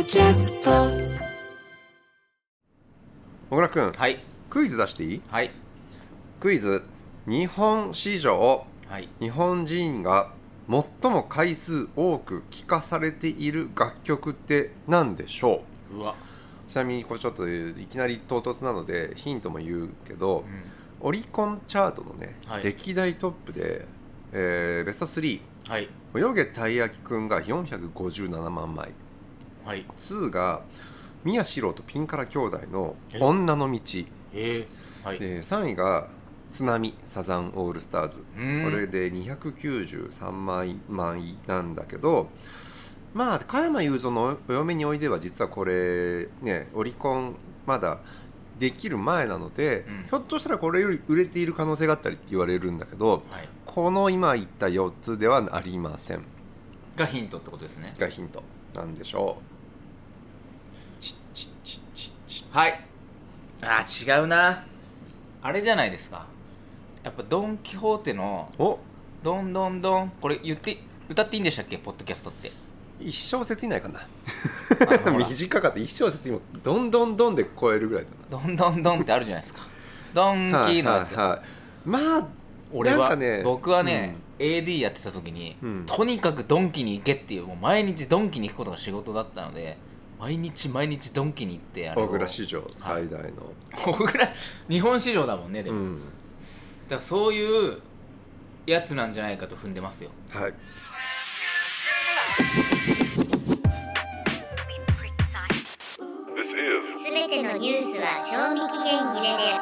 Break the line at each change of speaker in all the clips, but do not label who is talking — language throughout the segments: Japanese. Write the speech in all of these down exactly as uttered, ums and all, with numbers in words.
キャスト。
小倉くん、
はい、
クイズ出していい？
はい、
クイズ。日本史上、
はい、
日本人が最も回数多く聴かされている楽曲って何でしょう？
うわ、
ちなみにこれちょっといきなり唐突なのでヒントも言うけど、うん、オリコンチャートのね、はい、歴代トップで、えー、ベストスリー、はい、泳げたいやきくんがよんひゃくごじゅうななまんまい、はい、にが宮代とピンカラ兄弟の女の道、えーはい、でさんいが津波サザンオールスターズ、これでにひゃくきゅうじゅうさんまんまいなんだけど、まあ加山雄三のお嫁においでは実はこれねオリコンまだできる前なので、うん、ひょっとしたらこれより売れている可能性があったりって言われるんだけど、はい、この今言ったよっつではありません。
がヒントってことですね。
がヒントなんでしょう。
ちちちちちはい。あー違うな。あれじゃないですか。やっぱドン・キホーテのおドンドンドン、これ言って歌っていいんでしたっけ、ポッドキャストって。
一小節以内かな短かった。一小節にもドンドンドンで超えるぐらいだ
な。ドンドンドンってあるじゃないですか。ドンキのやつ、はいはいはい、
まあ
俺は、ね、僕はね、うん、エーディー やってた時に、うん、とにかくドンキに行けっていう、もう毎日ドンキに行くことが仕事だったので、毎日毎日ドンキに行ってあれを
小倉市場最大の、
小倉日本市場だもんね。でも、うん、だからそういうやつなんじゃないかと踏んでますよ。
はい。
すべてのニュースは賞味期限切れで。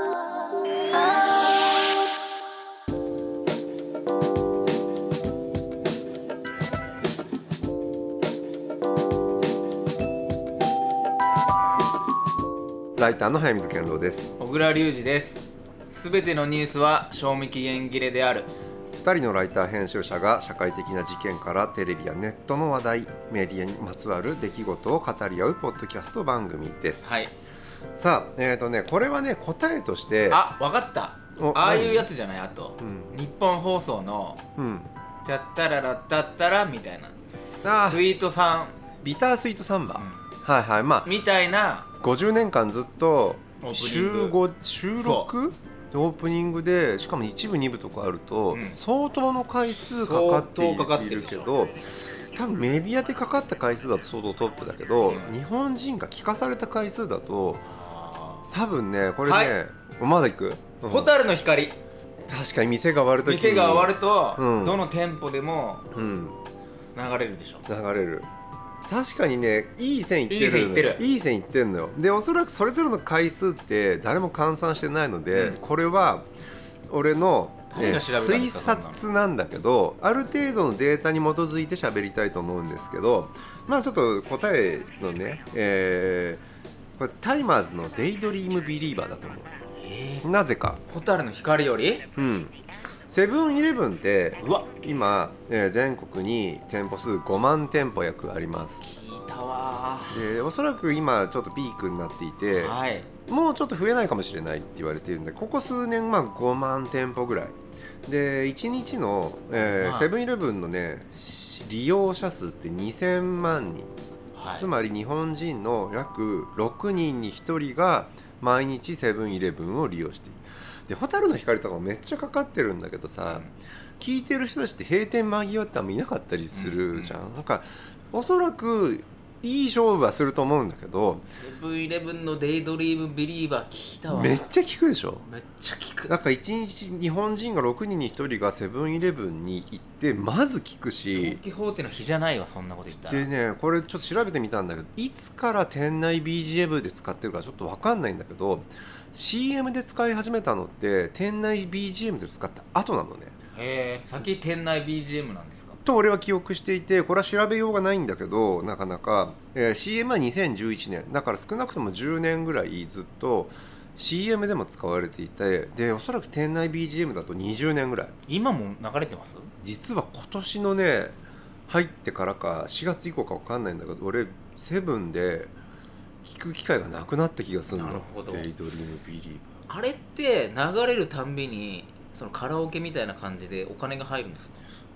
ライターの早水健郎です。
小倉隆二です。すべてのニュースは賞味期限切れである。
ふたりのライター編集者が社会的な事件からテレビやネットの話題、メディアにまつわる出来事を語り合うポッドキャスト番組です。
はい。
さあ、えーとね、これはね答えとして、
あ、わかった。ああいうやつじゃない。あと、うん、日本放送の、うん、チャッタララッタッタラみたいな、あスイートサン
ビタースイートサンバ、うん、はいはい、まあ
みたいな
ごじゅうねんかんずっと週ご週ろくでオープニングで、しかも一部二部とかあると、うん、相当の回数かかっているけど、多分メディアでかかった回数だと相当トップだけど、うん、日本人が聞かされた回数だと多分ねこれね、はい、まだいく？
蛍の光、
確かに店が終わるときに
店が終わると、うん、どの店舗でも流れるでしょ、
うん、流れる。確かにね、いい線いってる。
いい線いってる。
いい線いってんのよ。で、おそらくそれぞれの回数って誰も換算してないので、うん、これは俺の、えー、推察なんだけど、ある程度のデータに基づいて喋りたいと思うんですけど、まあちょっと答えのね、えー、これタイマーズのデイドリームビリーバーだと思う。えー、なぜか。
蛍の光より？
うん。セブンイレブンって今、えー、全国に店舗数ごまんてんぽ約あります。
聞いたわ。
でおそらく今ちょっとピークになっていて、はい、もうちょっと増えないかもしれないって言われているんで、ここ数年まあごまんてんぽぐらいで、いちにちのセブンイレブンのね利用者数ってにせんまんにん、はい、つまり日本人の約ろくにんにひとりが毎日セブンイレブンを利用している。で蛍の光とかもめっちゃかかってるんだけどさ、うん、聞いてる人たちって閉店間際ってあんまいなかったりするじゃん、うんうん、なんかおそらくいい勝負はすると思うんだけど、
セブンイレブンのデイドリームビリーバー聞いたわ。
めっちゃ聞くでしょ。
めっちゃ聞く。
だからいちにち日本人がろくにんにひとりがセブンイレブンに行ってまず聞くし、
ドン・キホーテの日じゃないわ、そんなこと言ったら。
でね、これちょっと調べてみたんだけど、いつから店内 ビージーエム で使ってるかちょっと分かんないんだけど、シーエム で使い始めたのって店内 ビージーエム で使った後なのね。
へえ、先店内 ビージーエム なんですか
と俺は記憶していて、これは調べようがないんだけど、なかなか、えー、シーエム はにせんじゅういちねんだから少なくともじゅうねんぐらいずっと シーエム でも使われていて、でおそらく店内 ビージーエム だとにじゅうねんぐらい。
今も流れてます？
実は今年のね入ってからかしがつ以降か分かんないんだけど、俺セブンで聞く機会がなくなった気がするの。
なるほど。
デイドリームビリーバー。
あれって流れるたんびにそのカラオケみたいな感じでお金が入るんですか？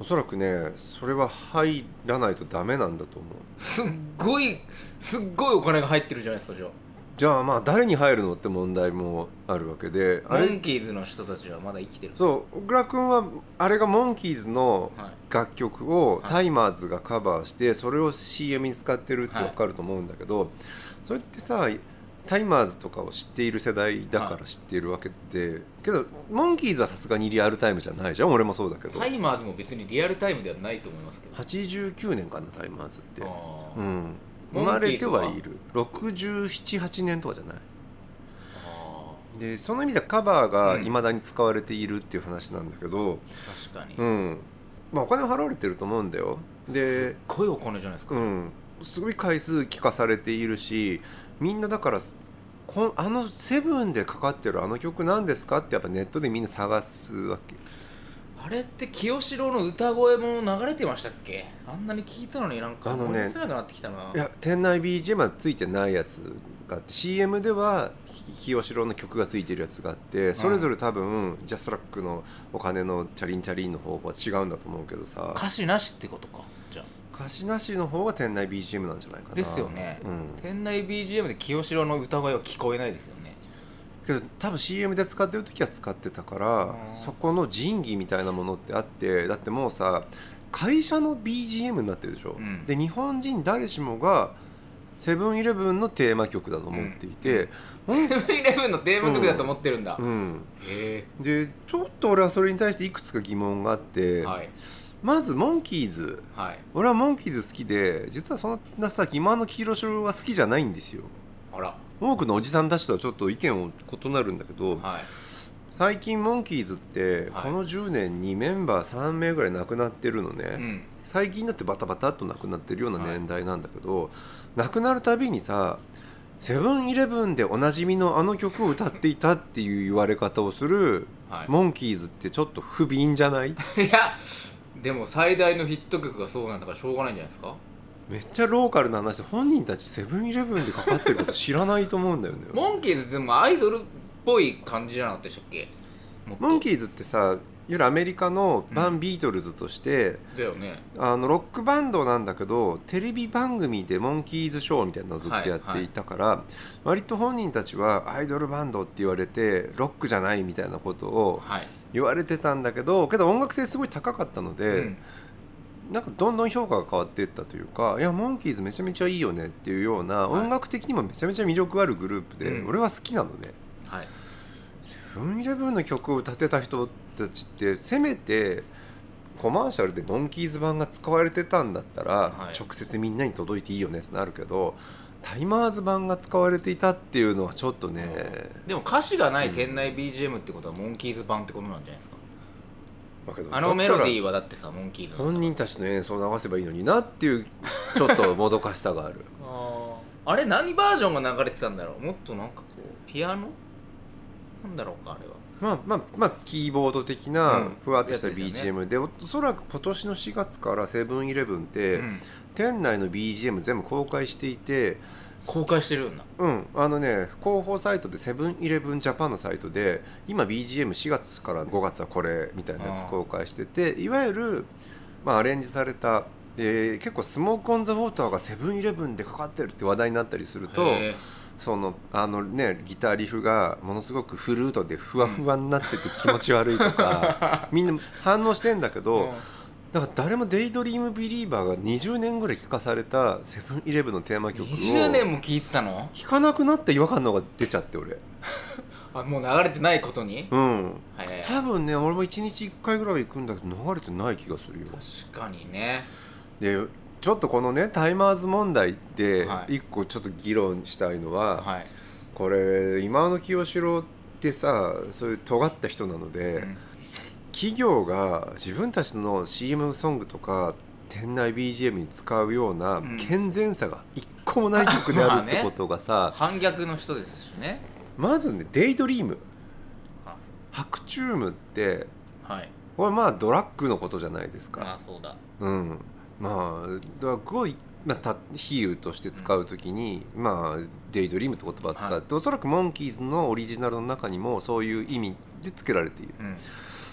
おそらくねそれは入らないとダメなんだと思う。
すっごいすっごいお金が入ってるじゃないですか。じゃあ
じゃあまあ誰に入るのって問題もあるわけで、
モンキーズの人たちはまだ生きてる。
そう小倉君はあれがモンキーズの楽曲をタイマーズがカバーしてそれを シーエム に使ってるって分かると思うんだけど、はい、それってさタイマーズとかを知っている世代だから知っているわけで、はい、けどモンキーズはさすがにリアルタイムじゃないじゃん。俺もそうだけど
タイマーズも別にリアルタイムではないと思いますけど。
はちじゅうきゅうねんかなタイマーズって。うん、生まれてはいるろくじゅうなな、はちねんとかじゃない。でその意味ではカバーがいまだに使われているっていう話なんだけど、うん、
確かに、
うんまあ、お金は払われてると思うんだよ。ですっ
ごいお金じゃないですか、
うん、すごい回数聞かされているしみんなだからこあのセブンでかかってるあの曲なんですかってやっぱネットでみんな探すわけ。
あれって清志郎の歌声も流れてましたっけ？あんなに聞いたのになんか思い出せなくなってきたな。
いや店内 ビージーエム はついてないやつがあって シーエム では清志郎の曲がついてるやつがあってそれぞれ多分、うん、ジャストラックのお金のチャリンチャリンの方法は違うんだと思うけどさ。
歌詞なしってことか。じゃあ
歌詞なしの方が店内 ビージーエム なんじゃないかな。
ですよね、
うん、
店内 ビージーエム で清志郎の歌声は聞こえないですよね。
けど多分 シーエム で使ってる時は使ってたからそこの仁義みたいなものってあって、だってもうさ会社の ビージーエム になってるでしょ、うん、で日本人誰しもがセブンイレブンのテーマ曲だと思っていて、
セブンイレブンのテーマ曲だと思ってるんだ、
うんうん、へでちょっと俺はそれに対していくつか疑問があって、はい、まずモンキーズ、はい、俺はモンキーズ好きで実はそんなさ今の清志郎は好きじゃないんですよ。あら多くのおじさんたちとはちょっと意見を異なるんだけど、はい、最近モンキーズってこのじゅうねんにメンバーさんめいぐらい亡くなってるのね、はい、最近になってバタバタっと亡くなってるような年代なんだけど、はい、亡くなるたびにさセブンイレブンでおなじみのあの曲を歌っていたっていう言われ方をする、はい、モンキーズってちょっと不憫じゃない？い
やでも最大のヒット曲がそうなんだからしょうがないんじゃないですか。
めっちゃローカルな話で本人たちセブンイレブンでかかってること知らないと思うんだよね。
モンキーズってでもアイドルっぽい感じじゃなかったでしたっけ？
モンキーズってさいわゆるアメリカのバンビートルズとして、
うん、だよね、
あのロックバンドなんだけどテレビ番組でモンキーズショーみたいなのをずっとやっていたから、はいはい、割と本人たちはアイドルバンドって言われてロックじゃないみたいなことを言われてたんだけど、けど音楽性すごい高かったので、うんなんかどんどん評価が変わっていったというか、いやモンキーズめちゃめちゃいいよねっていうような、はい、音楽的にもめちゃめちゃ魅力あるグループで、うん、俺は好きなのね、はい、セブンイレブンの曲を歌ってた人たちってせめてコマーシャルでモンキーズ版が使われてたんだったら、はい、直接みんなに届いていいよねってなるけどタイマーズ版が使われていたっていうのはちょっとね、
うん、でも歌詞がない店内 ビージーエム ってことはモンキーズ版ってことなんじゃないですか。あのメロディーはだってさモンキーズ
本人たちの演奏を流せばいいのになっていうちょっともどかしさがある
あ, あれ何バージョンが流れてたんだろう。もっとなんかこうピアノなんだろうかあれは。
まあまあまあキーボード的なふわっとした ビージーエム で、うん、おそらく今年のしがつからセブンイレブンって、うん、店内の ビージーエム 全部公開していて
公開してるんだ。
うんあのね広報サイトでセブンイレブンジャパンのサイトで今 ビージーエムしがつからごがつはこれみたいなやつ公開してて、いわゆる、まあ、アレンジされたで結構スモークオンザウォーターがセブンイレブンでかかってるって話題になったりするとそのあのねギターリフがものすごくフルートでふわふわになってて気持ち悪いとかみんな反応してんだけど、うんだから誰もデイドリームビリーバーがにじゅうねんぐらい聴かされたセブンイレブンのテーマ曲をに
じゅうねんも聴いてたの？
聴かなくなった違和感の方が出ちゃって俺
あもう流れてないことに
うん多分ね俺もいちにちいっかいぐらいは行くんだけど流れてない気がするよ。
確かにね。
でちょっとこのねタイマーズ問題で一個ちょっと議論したいのは、はい、これ今の清志郎ってさそういう尖った人なので、うん企業が自分たちの シーエム ソングとか店内 ビージーエム に使うような健全さが一個もない曲であるってことがさ、
ね、反逆の人ですしね。
まずねデイドリーム白チュームって、はい、これまあドラッグのことじゃないですか。
あそうだ
うんまあだからすごい、まあ、比喩として使うときに、うん、まあデイドリームって言葉を使って、はい、おそらくモンキーズのオリジナルの中にもそういう意味で付けられている、うん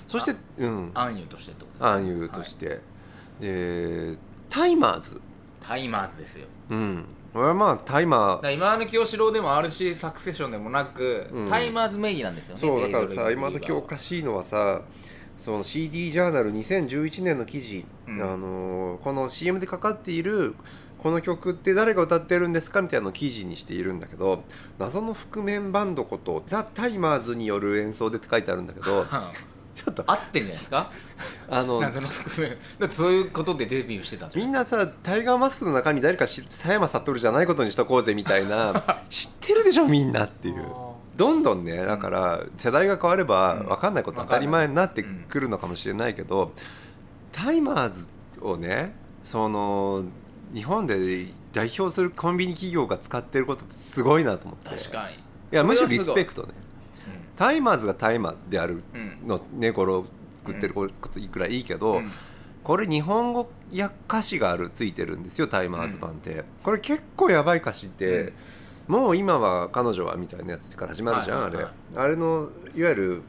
そしてうん
暗喩としてってこと
ですね。暗喩として、はい、でタイマーズ
タイマーズですよ。
うん俺はまあタイマー
今の清志郎でも アールシー サクセションでもなく、うん、タイマーズ名義なんですよね。
そうだからさ今時おかしいのはさその シーディー ジャーナルにせんじゅういちねんの記事、うん、あのー、この シーエム でかかっているこの曲って誰が歌ってるんですかみたいなのを記事にしているんだけど謎の覆面バンドことザ・タイマーズによる演奏でって書いてあるんだけど
ちょっと合ってるんじゃないですかあの謎の覆面だってそういうことでデビューしてたんじゃん。
みんなさタイガーマスクの中身誰か佐山悟じゃないことにしとこうぜみたいな知ってるでしょみんなっていうどんどんねだから世代が変われば分かんないこと当たり前になってくるのかもしれないけど、うん、タイマーズをねその日本で代表するコンビニ企業が使ってることってすごいなと思って。
確かにい
やむしろリスペクトね、うん、タイマーズがタイマーであるのねこれを作ってることいくらいいけど、うん、これ日本語や歌詞があるついてるんですよタイマーズ版って、うん、これ結構やばい歌詞で、うん、もう今は彼女はみたいなやつから始まるじゃん、はいはいはい、あれあれのいわゆる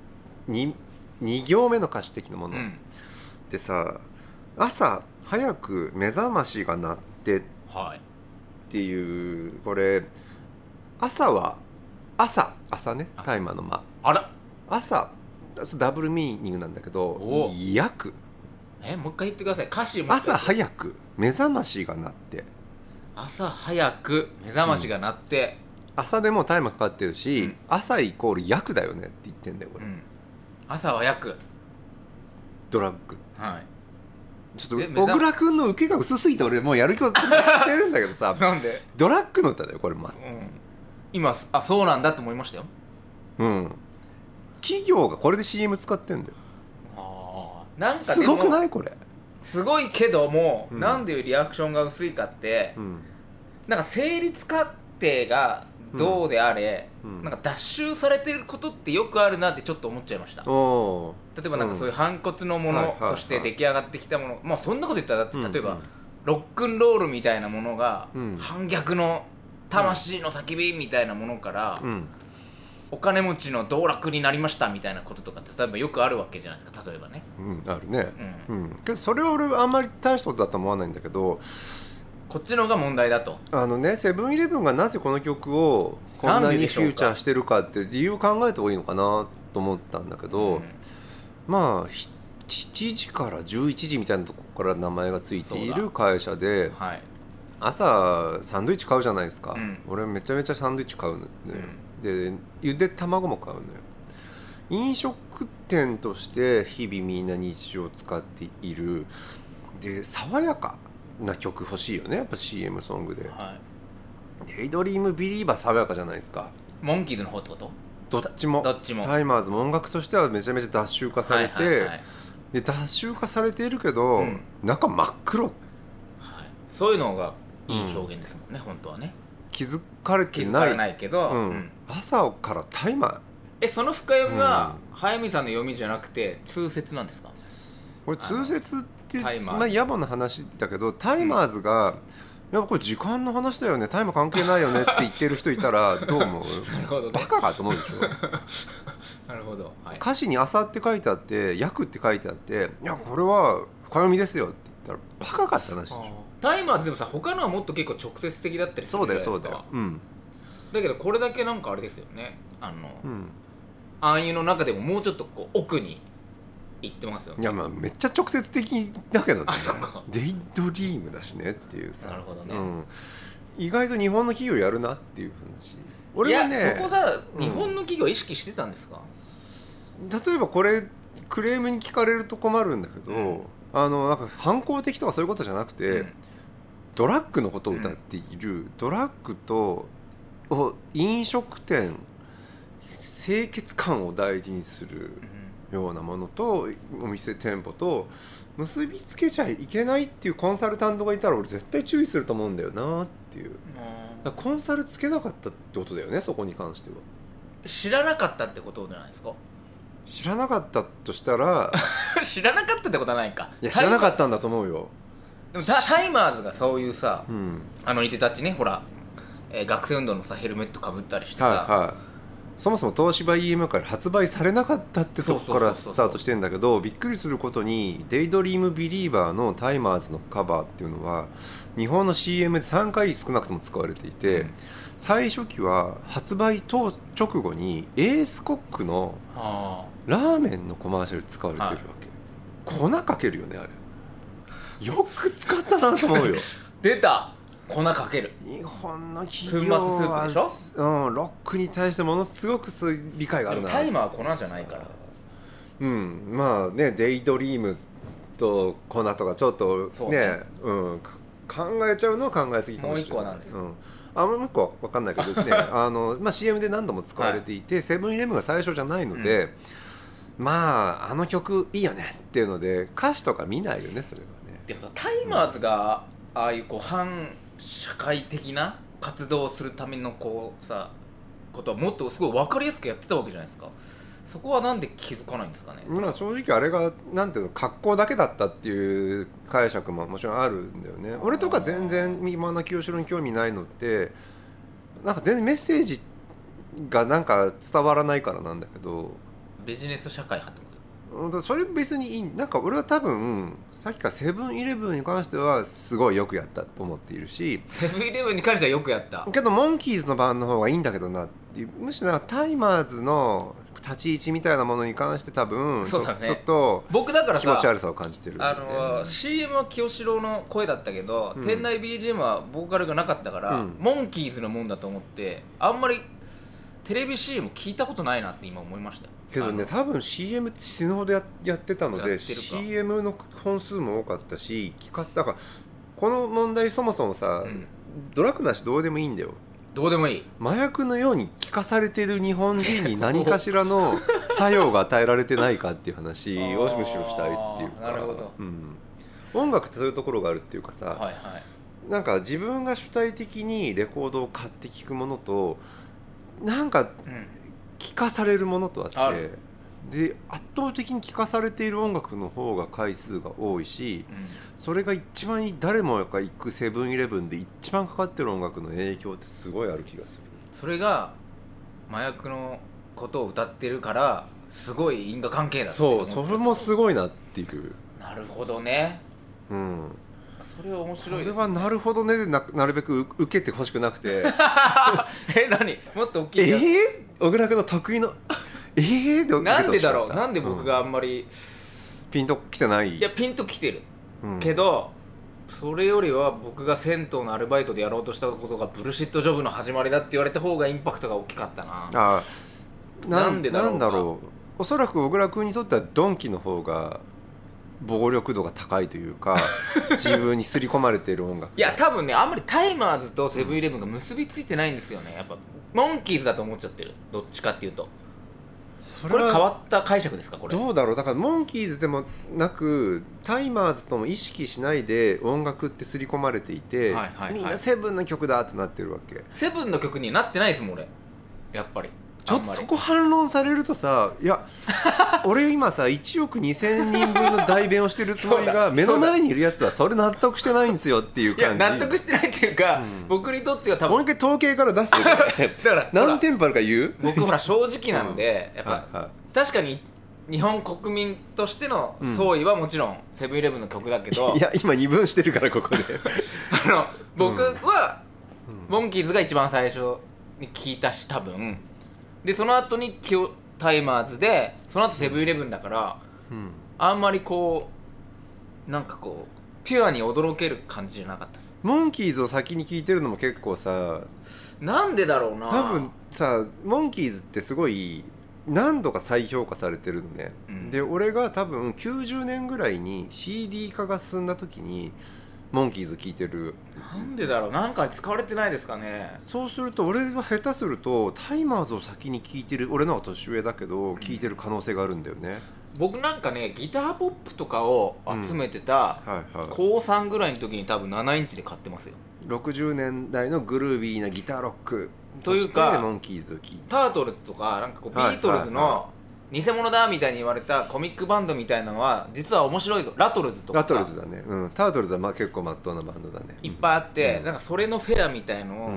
2, 2行目の歌詞的なもの、うん、でさ朝早く目覚ましが鳴ってっていう、はい、これ朝は朝朝ねタイマーの間
あら
朝ダブルミーニングなんだけど約
えもう一回言ってください歌詞も
朝早く目覚ましが鳴って
朝早く目覚ましが鳴って、
うん、朝でもタイマーかかってるし、うん、朝イコール約だよねって言ってんだよこれ、うん、
朝は約
ドラッグ
はい
ちょっと小倉君の受けが薄すぎて俺もうやる気をしてるんだけどさ
なんで
ドラッグの歌だよこれ、ま
うん、今あそうなんだと思いましたよ。
うん企業がこれで シーエム 使ってんだよ。
あなんか
すごくないこれ
すごいけども、うん、なんでいうリアクションが薄いかって、うん、なんか成立過程がどうであれ、うん、なんか脱臭されてることってよくあるなってちょっと思っちゃいました。
お
例えばなんかそういう反骨のものとして出来上がってきたもの、まあそんなこと言ったらだって例えば、うんうん、ロックンロールみたいなものが、うん、反逆の魂の叫びみたいなものから、うん、お金持ちの道楽になりましたみたいなこととかって例えばよくあるわけじゃないですか例えばね、
うん、あるね、うんうん、けどそれは俺あんまり大したことだと思わないんだけど
こっちの方が問題だと
あのねセブンイレブンがなぜこの曲をこんなにフューチャーしてるかって理由を考えた方がいいのかなと思ったんだけど、うん、まあしちじからじゅういちじみたいなとこから名前がついている会社で、はい、朝サンドイッチ買うじゃないですか、うん、俺めちゃめちゃサンドイッチ買うのね、うん、でゆで卵も買うのよ。飲食店として日々みんな日常使っているで爽やかな曲欲しいよねやっぱ シーエム ソングで、はい、デイドリームビリーバー爽やかじゃないですか。
モンキーズの方ってこと？
どっちも
どっちも
タイマーズも音楽としてはめちゃめちゃ脱臭化されて、はいはいはい、で脱臭化されているけど、うん、中真っ黒、はい、
そういうのがいい表現ですもんね、うん、本当はね
気づかれてない気
づかれないけど、
うんうん、朝からタイマー
えその深読みは、うん、早見さんの読みじゃなくて通説なんですか？
これ通説ってまあ野暮な話だけどタイマーズが、うん、やっぱこれ時間の話だよねタイマー関係ないよねって言ってる人いたらどう思う？
なるほど、ね、
バカかと思うでしょ
なるほど、はい、
歌詞に朝って書いてあって訳って書いてあっていやこれは深読みですよって言ったらバカかって話でしょ。
タイマーズでもさ他のはもっと結構直接的だったりするじゃないですか。
そうだよそうだよ、うん、
だけどこれだけなんかあれですよねあの、うん、暗喩の中でももうちょっとこう奥に行ってますよね。
いやまあめっちゃ直接的だけどね。
あそっか
デイドリームだしねっていうさ。
なるほどね、
うん、意外と日本の企業やるなっていう話。俺はね
いやそこさ、うん、日本の企業意識してたんですか？
例えばこれクレームに聞かれると困るんだけど、うん、あのなんか反抗的とかそういうことじゃなくて、うん、ドラッグのことを歌っている、うん、ドラッグと飲食店清潔感を大事にするようなものとお店店舗と結びつけちゃいけないっていうコンサルタントがいたら俺絶対注意すると思うんだよなっていう。だからコンサルつけなかったってことだよねそこに関しては。
知らなかったってことじゃないですか？
知らなかったとしたら
知らなかったってことはないか。
いや知らなかったんだと思うよ。
でもタイマーズがそういうさ、うん、あのいてたちねほら、えー、学生運動のさヘルメットかぶったりしてさ、はいはい、
そもそも東芝 イーエム から発売されなかったってとこからスタートしてんだけど、びっくりすることにデイドリームビリーバーのタイマーズのカバーっていうのは日本の シーエム でさんかい少なくとも使われていて、うん、最初期は発売当直後にエースコックのラーメンのコマーシャル使われてるわけ、はい、粉かけるよねあれ。よく使ったなと思うよ
出た粉かける。
日本の企業は粉末スープでしょ、うん、ロックに対してものすごくそういう理解があるな。
タイマーは粉じゃないから。
うんまあねデイドリームと粉とかちょっと ね, ね、うん、考えちゃうのは考えすぎかもしれない。もう一個なんですか、うん、あもう一個は分かんないけどねあの、まあ、シーエム で何度も使われていてセブンイレブンが最初じゃないので、うん、まああの曲いいよねっていうので歌詞とか見ないよねそれはね。
でもさタイマーズがああいうこう反社会的な活動をするためのこうさことはもっとすごい分かりやすくやってたわけじゃないですか。そこはなんで気づかないんですかね。
まあ正直あれがなんていうの格好だけだったっていう解釈ももちろんあるんだよね。俺とか全然今の清志郎に興味ないのってなんか全然メッセージがなんか伝わらないからなんだけど。
ビジネス社会派ってこと。
それ別にいい。なんか俺は多分さっきからセブンイレブンに関してはすごいよくやったと思っているし、
セブンイレブンに関してはよくやった
けどモンキーズの版の方がいいんだけどなっていう。むしろタイマーズの立ち位置みたいなものに関して多分
そうだ、ね、
ちょっと
僕だからさ
気持ち悪さを感じてる、ね、
あの シーエム は清志郎の声だったけど、うん、店内 ビージーエム はボーカルがなかったから、うん、モンキーズのもんだと思ってあんまりテレビ シーエム 聞いたことないなって今思いましたよ。
けどね多分 シーエム って死ぬほど や, やってたので シーエム の本数も多かったし聞かせだからこの問題そもそもさ、うん、ドラッグなしどうでもいいんだよ。
どうでもいい。
麻薬のように聞かされてる日本人に何かしらの作用が与えられてないかっていう話をむしろしたいっていうか
なるほど、
うん、音楽ってそういうところがあるっていうかさ、はいはい、なんか自分が主体的にレコードを買って聴くものとなんか、うん聞かされるものとあってで圧倒的に聞かされている音楽の方が回数が多いし、うん、それが一番誰もが行くセブンイレブンで一番かかってる音楽の影響ってすごいある気がする。
それが麻薬のことを歌ってるからすごい因果関係だって
そうそれもすごいなっていう。
なるほどね。
うん
それは面白いですね。
それはなるほどねで な, なるべく受けてほしくなくて
え何もっと大きい
えー、小倉君の得意のえーで
なんでだろうなんで僕があんまり、うん、
ピンときてない。
いやピンときてる、うん、けどそれよりは僕が銭湯のアルバイトでやろうとしたことがブルシットジョブの始まりだって言われた方がインパクトが大きかったな。
あな
なんでだろう。
なんだろうおそらく小倉君にとってはドンキの方が暴力度が高いというか自分に刷り込まれている音楽
いや多分ねあんまりタイマーズとセブンイレブンが結びついてないんですよね。やっぱモンキーズだと思っちゃってるどっちかっていうと。これ変わった解釈ですかこれ。
どうだろう。だからモンキーズでもなくタイマーズとも意識しないで音楽って刷り込まれていて、はいはいはい、みんなセブンの曲だってなってるわけ。
セブンの曲になってないですもん俺やっぱり。
ちょっとそこ反論されるとさいや俺今さいちおくにせんにんぶんの代弁をしてるつもりが目の前にいるやつはそれ納得してないんですよっていう感じ。
いや納得してないっていうか、うん、僕にとっては多分
もう一回統計から出すよだから何店舗あるか言う
僕ほら正直なので、うん、やっぱ、はいはい、確かに日本国民としての総意はもちろんセブンイレブンの曲だけど、
うん、いや今二分してるからここで
あの僕は、うん、モンキーズが一番最初に聞いたし多分でその後にタイマーズでその後セブンイレブンだから、うん、あんまりこうなんかこうピュアに驚ける感じじゃなかったです。
モンキーズを先に聞いてるのも結構さ
なんでだろうな。
多分さモンキーズってすごい何度か再評価されてるのね、うん、で俺が多分きゅうじゅうねんぐらいに シーディー 化が進んだ時にモンキーズ聴いてる。
なんでだろうなんか使われてないですかね。
そうすると俺は下手するとタイマーズを先に聴いてる俺のは年上だけど聴いてる可能性があるんだよね、
うん、僕なんかねギターポップとかを集めてた、うんはいはい、こうさんぐらいの時に多分ななインチで買ってますよ。
ろくじゅうねんだいのグルービーなギターロックというかモンキーズを聴いて
タートルズとかなんかこうビートルズの偽物だみたいに言われたコミックバンドみたいなのは実は面白いぞ。ラトルズとか
ラトルズだね、うん、タートルズはまあ結構まっとうなバンドだね
いっぱいあって、うん、なんかそれのフェアみたいのを、うん、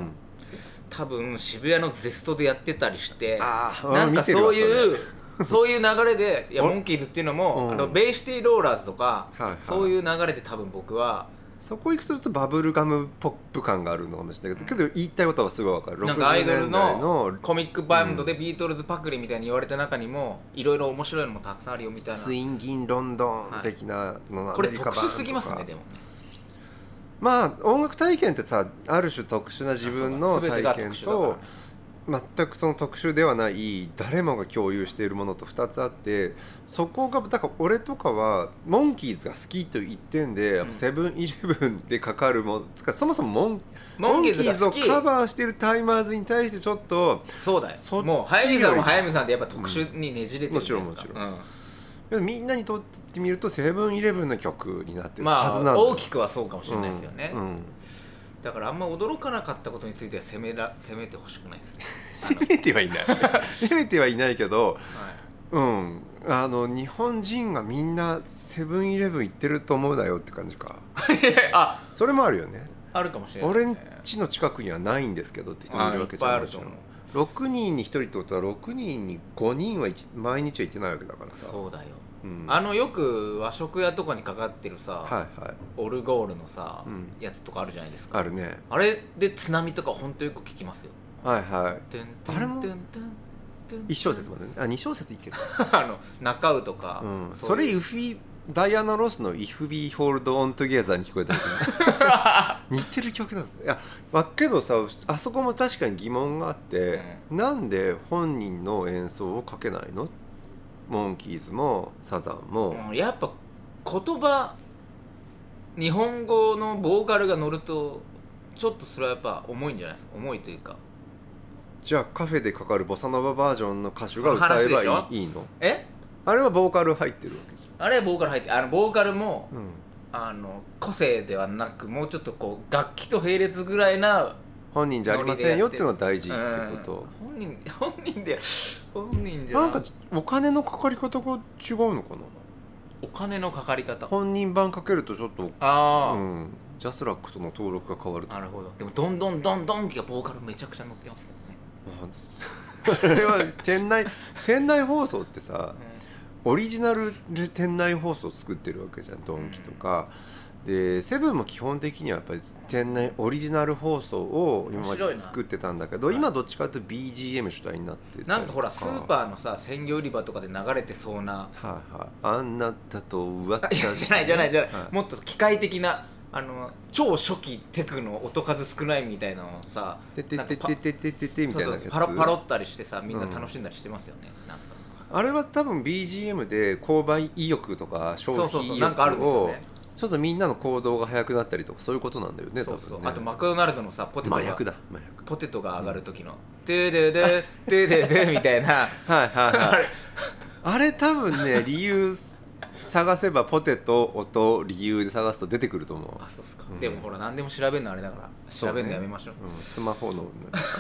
多分渋谷のゼストでやってたりして、
あ
なんかそういうそういう流れでいやモンキーズっていうのも、うん、あのベイシティローラーズとか、はいはい、そういう流れで多分僕は
そこ行くとちょっとバブルガムポップ感があるのかもしれないけど、うん、けど言いたいことはすごいわかる。
なんかアイドルのコミックバンドでビートルズパクリみたいに言われた中にもいろいろ面白いのもたくさんあるよみたいな、
スインギンロンドン的なの、
はい、これ特殊すぎますね。でもね、
まあ音楽体験ってさ、ある種特殊な自分の体験と全くその特殊ではない誰もが共有しているものとふたつあって、そこがだから俺とかはモンキーズが好きという一点で、やっぱセブンイレブンでかかるものつか、そもそもモンモンキーズをカバーしているタイマーズに対してちょっと
そうだよ、そもう早見さんも早見さんでやっぱ特殊にねじれてるんですか、
うん、もちろんもちろん、うん、みんなにとってみるとセブンイレブンの曲になってるはずなんだ、
まあ、大きくはそうかもしれないですよね、
うんうん、
だからあんま驚かなかったことについては責めら責めてほしくないですね
責めてはいない責めてはいないけど、はい、うんあの日本人がみんなセブンイレブン行ってると思うなよって感じかあそれもあるよね。
あるかもしれない、ね、
俺ん家の近くにはないんですけどって人もいるわけじゃないですか。ろくにんにひとりってことはろくにんにごにんは毎日は行ってないわけだからさ。
そうだよ、うん、あのよく和食屋とかにかかってるさ、
はいはい、
オルゴールのさ、うん、やつとかあるじゃないですか。あるね。あれで津波とかほんとよく聞きますよ。
はいはい。あれもいち小節までね。あに小節いける
あの中尾とか、
うん、それイフィダイアナ・ロスの If We Hold On Together に聞こえた似てる曲なんだ。いや、まあ、けどさ、あそこも確かに疑問があって、うん、なんで本人の演奏をかけないの？モンキーズもサザンも、
うん、やっぱ言葉日本語のボーカルが乗るとちょっとそれはやっぱ重いんじゃないですか。重いというか、
じゃあカフェでかかるボサノババージョンの歌手が歌えばい い, いいの？
え
あれはボーカル入ってるわけじゃん。
あれはボーカル入ってあのボーカルも、うん、あの個性ではなくもうちょっとこう楽器と並列ぐらいな
本人じゃありませんよっていうのが大事ってこと、
うん、本人本人で本人じゃ
なんかお金のかかり方が違うのかな。
お金のかかり方、
本人版かけるとちょっとあ、うん、ジャスラックとの登録が変わると。
なるほど。でもどんどんどんどんがボーカルめちゃくちゃ乗ってます
けどね。あれは店内店内放送ってさ、うん、オリジナルで店内放送作ってるわけじゃん、ドンキとか、うん、でセブンも基本的にはやっぱり店内オリジナル放送を今まで作ってたんだけど、今どっちかというと ビージーエム 主体になって
なんかほらスーパーのさ鮮魚売り場とかで流れてそうな、
はいはい、あんなたと私
じゃないじゃないじゃない、はい、もっと機械的なあの超初期テクの音数少ないみたいなのをさ
ててててててててみたいなやつ
パロパロったりしてさみんな楽しんだりしてますよね、うん、なんか
あれは多分 ビージーエム で購買意欲とか消費意欲をちょっとみんなの行動が早くなったりとかそういうことなんだよね。
そうそう、
多分ね。
あとマクドナルドのさポテトが
麻薬だ麻薬
ポテトが上がる時のデーデーデーデーデーデーみたいな
はいはいはいあれ多分ね理由探せばポテト音理由で探すと出てくると思う。
あ、そうっすか、うん、でもほら何でも調べるのあれだから調べるのやめましょう、
う、ね、うん、スマホのなんかね、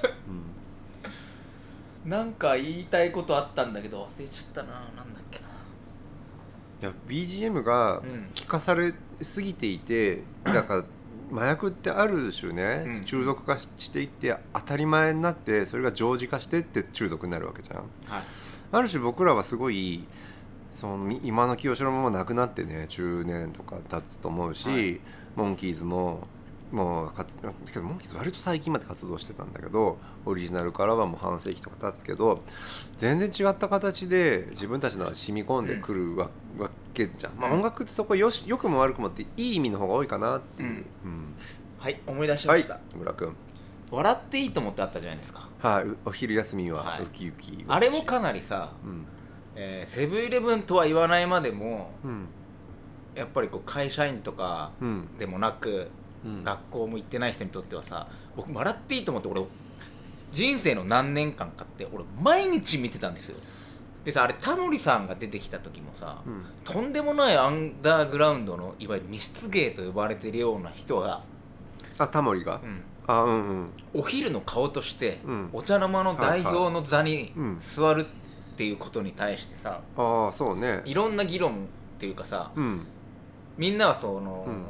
うん、なんか言いたいことあったんだけど忘れちゃったな。なんだっけな。
いや ビージーエム が聞かされすぎていて、うん、だから麻薬ってある種ね、うん、中毒化していって当たり前になってそれが常時化してって中毒になるわけじゃん、はい、ある種僕らはすごいその今の清志郎もなくなってねじゅうねんとか経つと思うし、はい、モンキーズももう活けどモンキーズ割と最近まで活動してたんだけどオリジナルからはもう半世紀とか経つけど全然違った形で自分たちのが染み込んでくる わ,、うん、わけじゃん、まあ、音楽ってそこよし良くも悪くもっていい意味の方が多いかなっていう、うんうん、
はい思い出しました、
はい、村君
笑っていいと思ってあったじゃないですか。
はい、お昼休みはウキウキ、はい、
あれもかなりさ、うんえー、セブンイレブンとは言わないまでも、うん、やっぱりこう会社員とかでもなく、うん、学校も行ってない人にとってはさ僕笑っていいと思って俺人生の何年間かって俺毎日見てたんですよ。でさあれタモリさんが出てきた時もさ、うん、とんでもないアンダーグラウンドのいわゆる密室芸と呼ばれてるような人が
あタモリが、うんあうんうん、
お昼の顔として、うん、お茶の間の代表の座に座るっていうことに対してさ、
あそうね、
いろんな議論っていうかさ、うん、みんなはその、うん、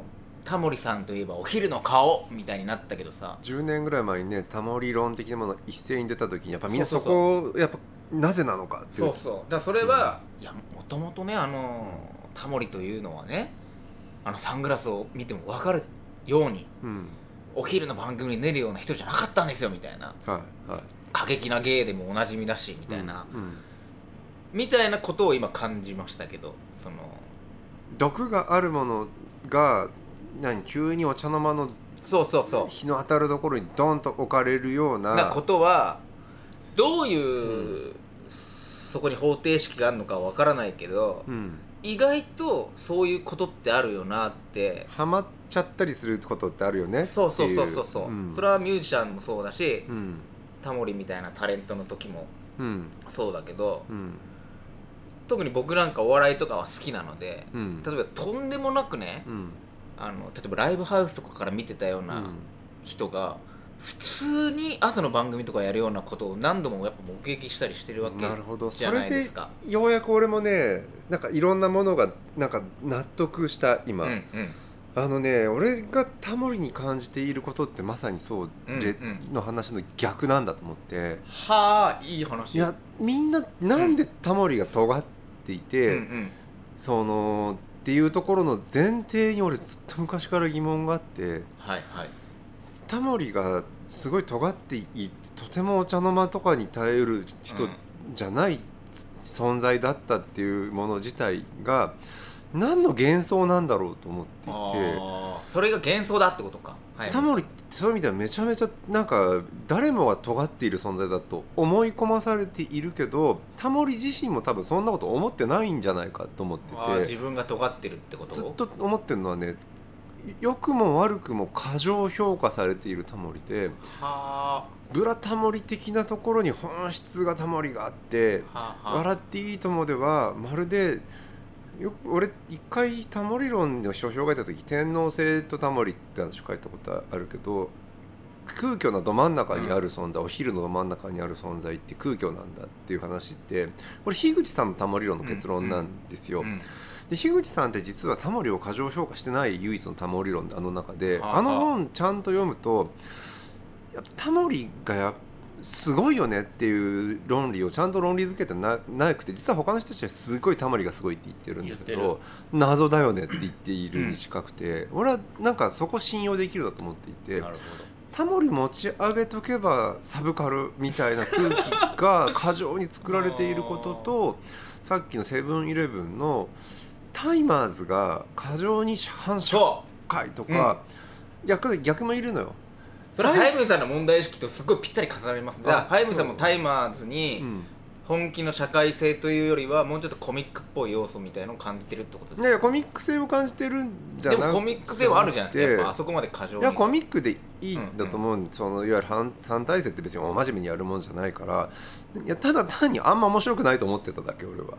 タモリさんといえばお昼の顔みたいになったけどさ、
じゅうねんぐらい前にねタモリ論的なもの一斉に出た時にやっぱみんなそこをやっぱなぜなのかっていう。
そうそう、だからそれは、うん、いやもともとねあのタモリというのはねあのサングラスを見ても分かるように、うん、お昼の番組に出るような人じゃなかったんですよみたいな、はいはい、過激な芸でもおなじみだしみたいな、うんうん、みたいなことを今感じましたけど、その
毒があるものが何急にお茶の間の
そうそうそう
日の当たるところにドンと置かれるような
なことはどういう、うん、そこに方程式があるのかわからないけど、うん、意外とそういうことってあるよなって
ハマっちゃったりすることってあるよね。
そうそうそうそうそう、うん、それはミュージシャンもそうだし、うん、タモリみたいなタレントの時もそうだけど、うん、特に僕なんかお笑いとかは好きなので、うん、例えばとんでもなくね、うん、あの例えばライブハウスとかから見てたような人が、普通に朝の番組とかやるようなことを何度もやっぱ目撃したりしてるわけじゃないですか。なるほど、それで
ようやく俺もねなんかいろんなものがなんか納得した今、うんうん、あのね俺がタモリに感じていることってまさにそうで、うんうん、の話の逆なんだと思って。
はあ、いい話。
いやみんななんでタモリが尖っていて、うんうん、そのっていうところの前提に俺ずっと昔から疑問があって、はいはい、タモリがすごい尖っていてとてもお茶の間とかに耐える人じゃない存在だったっていうもの自体が何の幻想なんだろうと思っていて、
あそれが幻想だってことか、
はい、タモリってそういう意味ではめちゃめちゃなんか誰もが尖っている存在だと思い込まされているけど、タモリ自身も多分そんなこと思ってないんじゃないかと思ってて、あ
自分が尖ってるってこと
ずっと思ってるのはね、良くも悪くも過剰評価されているタモリで、はブラタモリ的なところに本質がタモリがあって、はは笑っていいともではまるでよ俺一回タモリ論の書評を書いた時天皇制とタモリって話を書いたことあるけど、空虚など真ん中にある存在、うん、お昼のど真ん中にある存在って空虚なんだっていう話ってこれ樋口さんのタモリ論の結論なんですよ、うんうんうん、で樋口さんって実はタモリを過剰評価してない唯一のタモリ論であの中で、はあはあ、あの本ちゃんと読むとやっぱタモリがやすごいよねっていう論理をちゃんと論理づけて な, なくて、実は他の人たちはすごいタモリがすごいって言ってるんだけど謎だよねって言っているに近くて、うん、俺はなんかそこ信用できるだと思っていて、なるほどタモリ持ち上げとけばサブカルみたいな空気が過剰に作られていることとさっきのセブンイレブンのタイマーズが過剰に反社会とか、うん、逆, 逆もいるのよ。
それはハイムさんの問題意識とすごいぴったり重なりますね。だからハイムさんもタイマーズに本気の社会性というよりはもうちょっとコミックっぽい要素みたいなのを感じてるってことですか。
いやコミック性を感じてるんじゃなくて、
でもコミック性はあるじゃないですか。やっぱあそこまで過剰に。
いやコミックでいいんだと思う、うんうん、そのいわゆる 反, 反体制って別にお真面目にやるもんじゃないから、いやただ単にあんま面白くないと思ってただけ俺は、うん、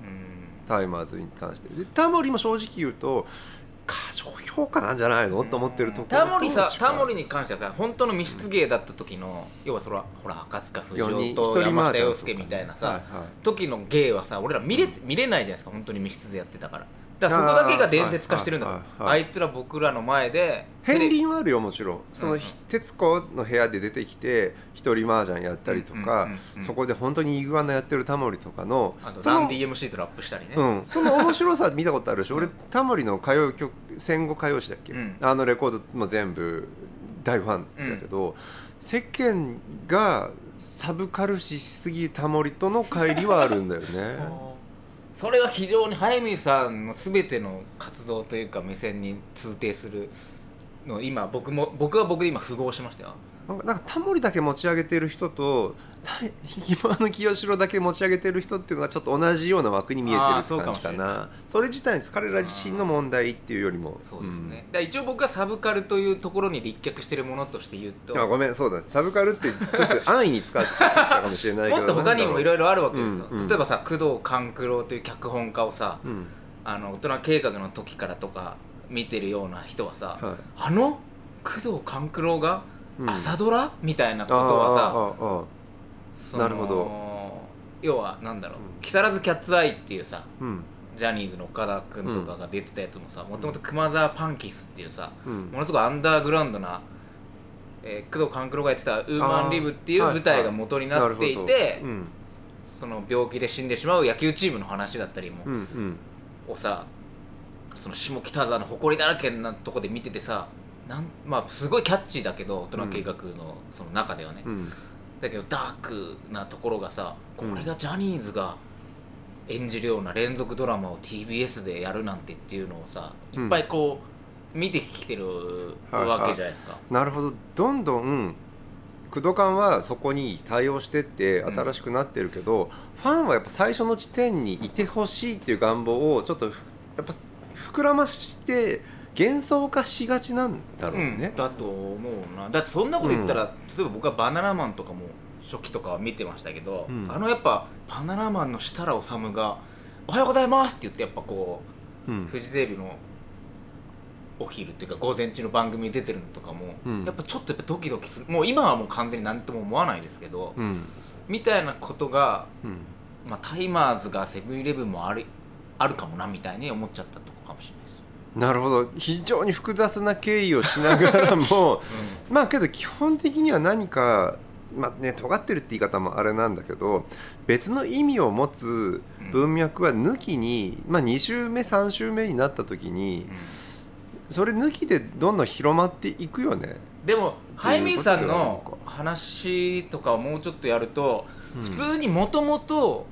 タイマーズに関してでタモリも正直言うと過剰評価なんじゃないのと思ってるところと、
タモリさタモリに関してはさ本当の密室芸だった時の、うん、要はそれはほら赤塚不二夫と山下洋輔みたいなさ、はいはい、時の芸はさ俺ら見れ、うん、見れないじゃないですか。本当に密室でやってたからだからそこだけが伝説化してるんだから、あ, あいつら僕らの前で
片鱗はあるよもちろん。その、うんうん、徹子の部屋で出てきて一人麻雀やったりとか、うんうんうんうん、そこで本当にイグアナやってるタモリとかの
あとラン ディーエムシー とラップしたりね、
うん、その面白さ見たことあるし俺タモリの歌謡曲戦後歌謡詞だっけ、うん、あのレコードも全部大ファンだけど、うん、世間がサブカル視しすぎるタモリとの乖離はあるんだよね
それが非常にハイミーさんの全ての活動というか目線に通底するの今僕も僕は僕で今符合しましたよ。
なんかタモリだけ持ち上げてる人と今の清志郎だけ持ち上げてる人っていうのがちょっと同じような枠に見えてるって感じかな。それ自体に彼ら自身の問題っていうよりも
そうですね、うん、だ一応僕はサブカルというところに立脚してるものとして言うと、
あごめんそうだサブカルってちょっと安易に使ってたかもしれないけど
もっと他にもいろいろあるわけですよ、うんうん、例えばさ工藤官九郎という脚本家をさ、うん、あの大人計画の時からとか見てるような人はさ、はい、あの工藤官九郎が朝ドラ、うん、みたいなことはさ、
なるほど。
要はなんだろう、うん、木更津キャッツアイっていうさ、うん、 ジャニーズの岡田君とかが出てたやつもさ、もともと熊沢パンキスっていうさ、うん、ものすごいアンダーグラウンドな、えー、工藤官九郎がやってたウーマンリブっていう舞台が元になっていて、はいはいうん、その病気で死んでしまう野球チームの話だったりも、うんうん、をさ、その下北沢の誇りだらけなとこで見ててさ、なんまあすごいキャッチーだけど大人計画のその中ではね、うん、だけどダークなところがさ、これがジャニーズが演じるような連続ドラマを ティービーエス でやるなんてっていうのをさ、いっぱいこう見てきてるわけじゃないですか、
うん、なるほど。どんどん工藤館はそこに対応してって新しくなってるけど、うん、ファンはやっぱ最初の地点にいてほしいっていう願望をちょっとやっぱ膨らまして幻想化しがちなんだろうね、
うん、だと思うな。だってそんなこと言ったら、うん、例えば僕はバナナマンとかも初期とかは見てましたけど、うん、あのやっぱバナナマンの設楽統がおはようございますって言ってやっぱこう、うん、フジテレビのお昼っていうか午前中の番組に出てるのとかも、うん、やっぱちょっとやっぱドキドキする。もう今はもう完全に何とも思わないですけど、うん、みたいなことが、うん、まあ、タイマーズがセブンイレブンもある、あるかもなみたいに思っちゃったとこかもしれないです。
なるほど。非常に複雑な経緯をしながらも、うん、まあけど基本的には何かまあね、尖ってるって言い方もあれなんだけど、別の意味を持つ文脈は抜きに、うん、まあに週目さん週目になった時に、うん、それ抜きでどんどん広まっていくよね。
でもハイミーさんの話とかをもうちょっとやると、うん、普通にもともと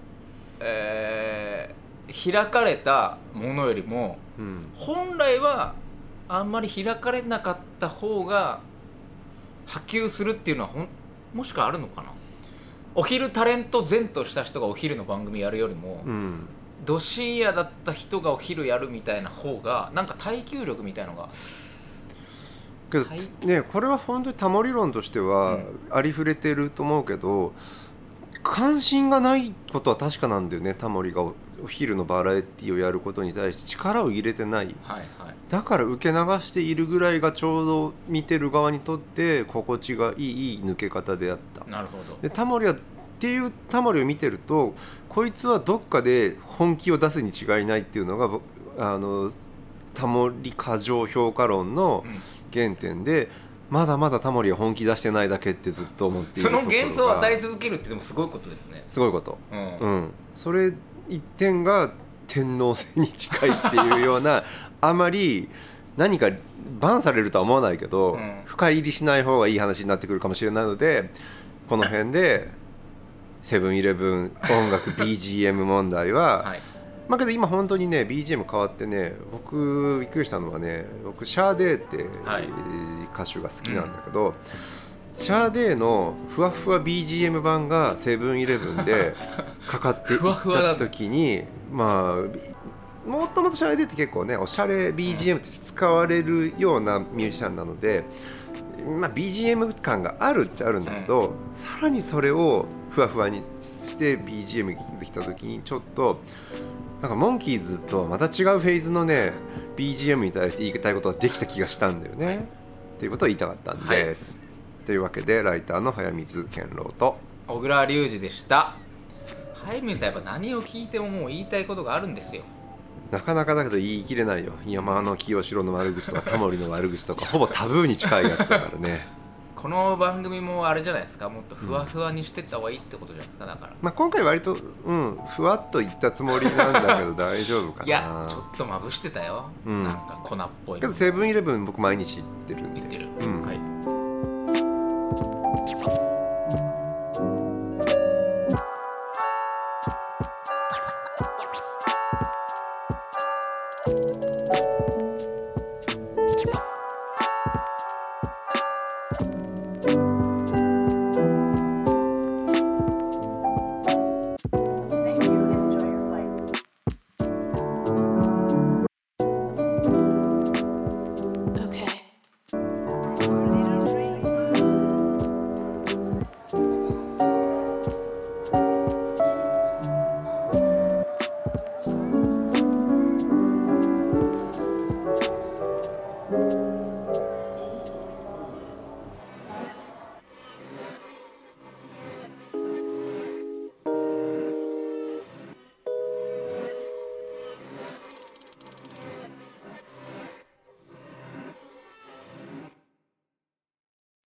開かれたものよりも、うん、本来はあんまり開かれなかった方が波及するっていうのはほんもしくはあるのかな。お昼タレント前とした人がお昼の番組やるよりも、うん、ど深夜だった人がお昼やるみたいな方がなんか耐久力みたいなのが
けど、ね、これは本当にタモリ論としてはありふれてると思うけど、うん、関心がないことは確かなんだよね。タモリがお昼のバラエティをやることに対して力を入れてない、はいはい、だから受け流しているぐらいがちょうど見てる側にとって心地がいい、いい抜け方であった。
なるほど。
でタモリはっていうタモリを見てると、こいつはどっかで本気を出すに違いないっていうのがあのタモリ過剰評価論の原点で、うん、まだまだタモリは本気出してないだけってずっと思っているところが、
その幻想を与え続けるってでもすごいことですね。
すごいこと、うんうん、それ一点が天皇制に近いっていうようなあまり何かバンされるとは思わないけど、うん、深入りしない方がいい話になってくるかもしれないので、この辺でセブンイレブン音楽 ビージーエム 問題は、はい、まあけど今本当にね ビージーエム 変わってね、僕びっくりしたのはね、僕シャーデーって歌手が好きなんだけど、はい、うん、シャーデーのふわふわ ビージーエム 版がセブンイレブンでかかっていった時にまあもともとシャーデーって結構ねおしゃれ ビージーエム として使われるようなミュージシャンなので、まあ、ビージーエム 感があるっちゃあるんだけど、うん、さらにそれをふわふわにして ビージーエム できた時にちょっとなんかモンキーズとはまた違うフェーズのね ビージーエム に対して言いたいことができた気がしたんだよね、はい、っていうことを言いたかったんです、はい、というわけでライターの早水健郎と
小倉隆二でした。早水さんやっぱ何を聞いてももう言いたいことがあるんですよ。
なかなかだけど言い切れないよ。山の清志郎の悪口とかタモリの悪口とかほぼタブーに近いやつだからね
この番組もあれじゃないですか、もっとふわふわにしてった方がいいってことじゃないですか。だから、
まあ、今回割と、うん、ふわっと言ったつもりなんだけど大丈夫かな。
いやちょっとまぶしてたよ、うん、なんか粉っぽい。
けどセブンイレブン僕毎日行ってるんで。
行ってる、
うん、
はい。